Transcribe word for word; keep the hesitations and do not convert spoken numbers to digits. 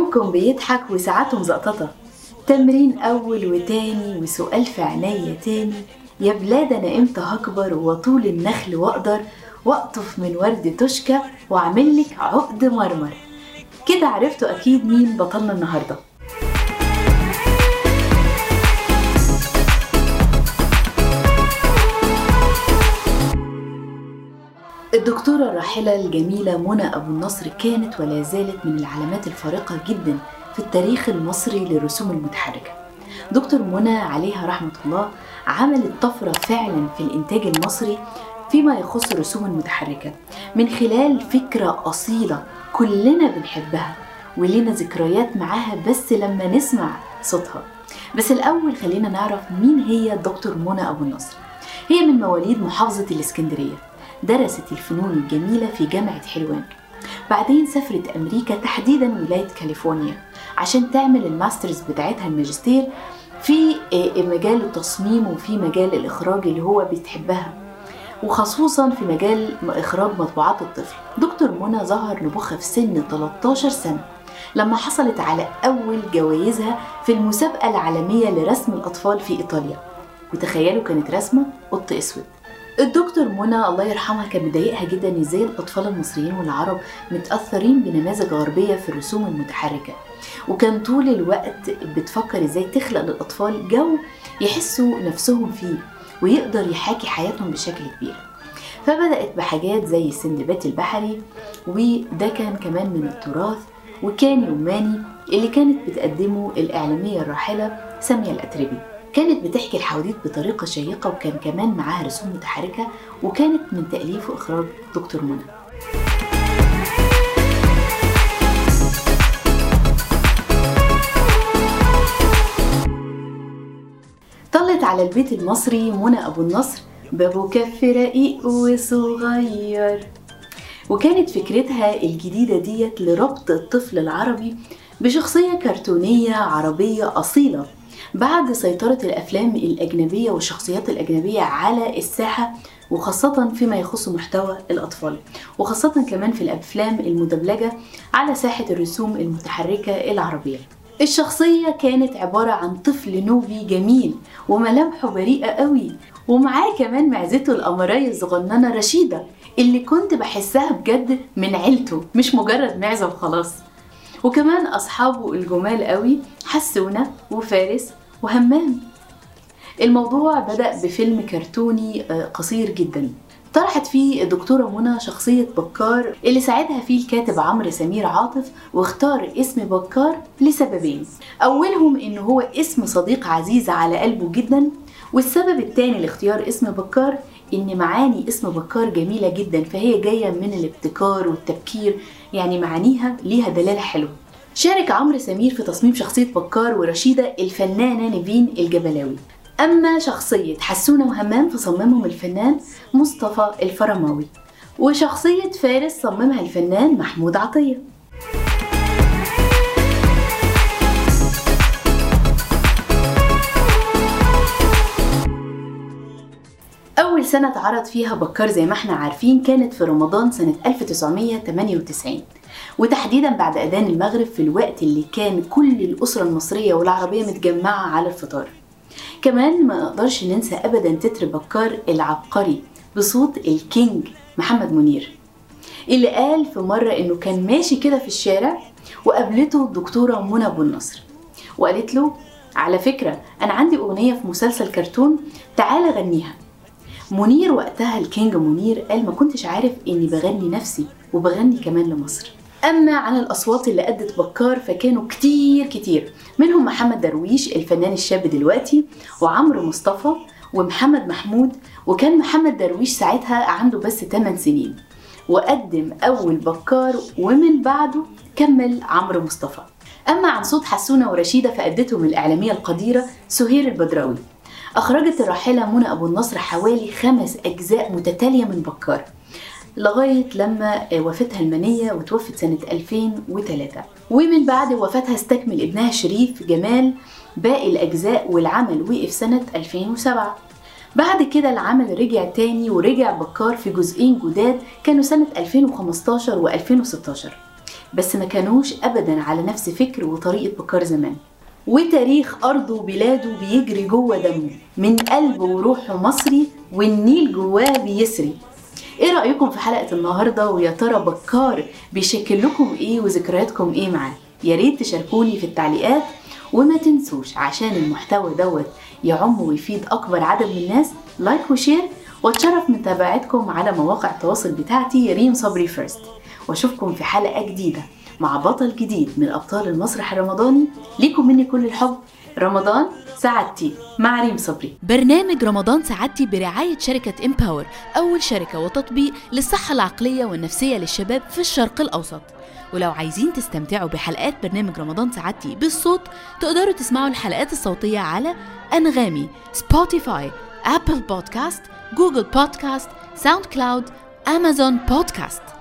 كوكب بيضحك وساعاته مزقططة، تمرين أول وتاني وسؤال في عينيا تاني، يا بلاد أنا إمتى هكبر وطول النخل وأقدر وأقطف من ورد تشكى وأعملك عقد مرمر. كده عرفتوا أكيد مين بطلنا النهاردة. الدكتورة الراحلة الجميلة منى أبو النصر كانت ولا زالت من العلامات الفارقة جدا في التاريخ المصري للرسوم المتحركة. دكتور منى عليها رحمة الله عملت طفرة فعلا في الإنتاج المصري فيما يخص الرسوم المتحركة من خلال فكرة أصيلة كلنا بنحبها ولينا ذكريات معاها بس لما نسمع صوتها. بس الأول خلينا نعرف مين هي دكتور منى أبو النصر. هي من مواليد محافظة الإسكندرية، درست الفنون الجميلة في جامعة حلوان، بعدين سافرت أمريكا تحديدا ولاية كاليفورنيا عشان تعمل الماسترز بتاعتها الماجستير في مجال التصميم وفي مجال الإخراج اللي هو بتحبها، وخصوصا في مجال إخراج مطبوعات الطفل. دكتور منى ظهر نبوغها في سن ثلاثة عشر سنة لما حصلت على أول جوائزها في المسابقة العالمية لرسم الأطفال في إيطاليا، وتخيلوا كانت رسمة قط أسود. الدكتور منى الله يرحمها كان مضايقها جدا ازاي الاطفال المصريين والعرب متاثرين بنماذج غربيه في الرسوم المتحركه، وكان طول الوقت بتفكر ازاي تخلق للاطفال جو يحسوا نفسهم فيه ويقدر يحاكي حياتهم بشكل كبير. فبدات بحاجات زي السندباد البحري، وده كان كمان من التراث، وكان يوماني اللي كانت بتقدمه الاعلاميه الراحله ساميه الاتربي. كانت بتحكي الحواديت بطريقة شيقة، وكان كمان معاها رسوم متحركة، وكانت من تأليف وإخراج دكتور منى. طلت على البيت المصري منى أبو النصر بابو كف رقيق وصغير، وكانت فكرتها الجديدة ديت لربط الطفل العربي بشخصية كرتونية عربية أصيلة بعد سيطرة الأفلام الأجنبية والشخصيات الأجنبية على الساحة، وخاصة فيما يخص محتوى الأطفال، وخاصة كمان في الأفلام المدبلجة على ساحة الرسوم المتحركة العربية. الشخصية كانت عبارة عن طفل نوبي جميل وملامحه بريئة قوي، ومعاه كمان معزته القمرية الصغننة رشيدة اللي كنت بحسها بجد من عيلته مش مجرد معزة وخلاص. وكمان أصحابه الجمال قوي حسونة وفارس وهمام. الموضوع بدأ بفيلم كرتوني قصير جدا طرحت فيه الدكتورة منى شخصية بكار اللي ساعدها فيه الكاتب عمرو سمير عاطف، واختار اسم بكار لسببين. أولهم إنه هو اسم صديق عزيز على قلبه جدا، والسبب الثاني لاختيار اسم بكار إن معاني اسم بكار جميلة جدا، فهي جاية من الابتكار والتبكير، يعني معانيها ليها دلالة حلوة. شارك عمرو سمير في تصميم شخصية بكار ورشيدة الفنانة نيفين الجبلاوي، أما شخصية حسونة وهمام فصممهم الفنان مصطفى الفرماوي، وشخصية فارس صممها الفنان محمود عطية. أول سنة اتعرض فيها بكار زي ما احنا عارفين كانت في رمضان سنة ألف وتسعمية تمانية وتسعين، وتحديدا بعد أذان المغرب في الوقت اللي كان كل الأسرة المصرية والعربية متجمعة على الفطار. كمان ما نقدرش ننسى أبدا تتر بكار العبقري بصوت الكينج محمد منير، اللي قال في مرة إنه كان ماشي كده في الشارع وقابلته الدكتورة منى أبو النصر وقالت له على فكرة أنا عندي أغنية في مسلسل كرتون تعالى غنيها. منير وقتها الكينج منير قال ما كنتش عارف إني بغني نفسي وبغني كمان لمصر. أما عن الأصوات اللي أدت بكار فكانوا كتير كتير، منهم محمد درويش الفنان الشاب دلوقتي، وعمرو مصطفى، ومحمد محمود. وكان محمد درويش ساعتها عنده بس ثماني سنين وقدم أول بكار، ومن بعده كمل عمرو مصطفى. أما عن صوت حسونة ورشيدة فأدتهم الإعلامية القديرة سهير البدراوي. أخرجت الراحلة منى أبو النصر حوالي خمس أجزاء متتالية من بكار لغاية لما وفاتها المنية وتوفت سنة ألفين وثلاثة، ومن بعد وفاتها استكمل ابنها شريف جمال باقي الأجزاء، والعمل وقف سنة ألفين وسبعة. بعد كده العمل رجع تاني ورجع بكار في جزئين جداد كانوا سنة ألفين وخمستاشر و ألفين وستاشر. بس ما كانوش أبدا على نفس فكر وطريقة بكار زمان. وتاريخ أرضه وبلاده بيجري جوه دمه، من قلبه وروحه مصري، والنيل جواه بيسري. ايه رأيكم في حلقة النهاردة؟ ويا ترى بكار بيشكل لكم ايه وذكرياتكم ايه معاه؟ يا ريت تشاركوني في التعليقات، وما تنسوش عشان المحتوى دوت يعم ويفيد أكبر عدد من الناس لايك وشير، واتشرف من تابعتكم على مواقع التواصل بتاعتي ريم صبري فيرست. واشوفكم في حلقة جديدة مع بطل جديد من أبطال المسرح الرمضاني. ليكم مني كل الحب. رمضان سعادتي مع ريم صبري. برنامج رمضان سعادتي برعاية شركة إمباور، أول شركة وتطبيق للصحة العقلية والنفسية للشباب في الشرق الأوسط. ولو عايزين تستمتعوا بحلقات برنامج رمضان سعادتي بالصوت، تقدروا تسمعوا الحلقات الصوتية على أنغامي، سبوتيفاي، أبل بودكاست، جوجل بودكاست، ساوند كلاود، أمازون بودكاست.